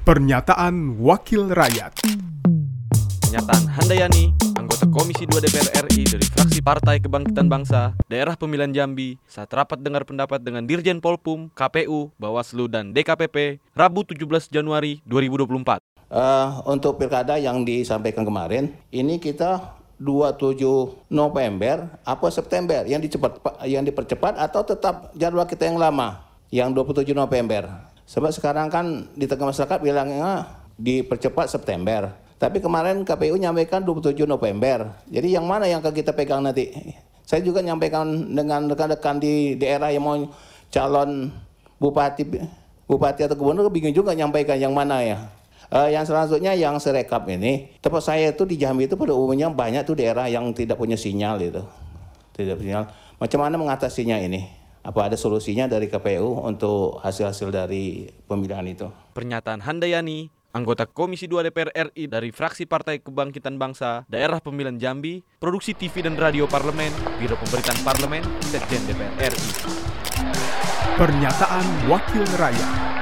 Pernyataan Wakil Rakyat. Pernyataan Handayani, anggota Komisi 2 DPR RI dari fraksi Partai Kebangkitan Bangsa, Daerah Pemilihan Jambi, saat rapat dengar pendapat dengan Dirjen Polpum, KPU, Bawaslu, dan DKPP, Rabu 17 Januari 2024. Untuk pilkada yang disampaikan kemarin, ini kita 27 November apa September yang dipercepat atau tetap jadwal kita yang lama yang 27 November. Sebab sekarang kan di tengah masyarakat bilangnya dipercepat September. Tapi kemarin KPU nyampaikan 27 November. Jadi yang mana yang akan kita pegang nanti? Saya juga nyampaikan dengan rekan-rekan di daerah yang mau calon bupati atau gubernur, bingung juga nyampaikan yang mana ya. Yang selanjutnya yang serekap ini, tempat saya itu di Jambi itu pada umumnya banyak tuh daerah yang tidak punya sinyal itu. Tidak punya sinyal. Macam mana mengatasinya ini? Apa ada solusinya dari KPU untuk hasil-hasil dari pemilihan itu? Pernyataan Handayani, anggota Komisi 2 DPR RI dari fraksi Partai Kebangkitan Bangsa, Daerah Pemilihan Jambi, Produksi TV dan Radio Parlemen, Biro Pemberitaan Parlemen, Sekjen DPR RI. Pernyataan Wakil Rakyat.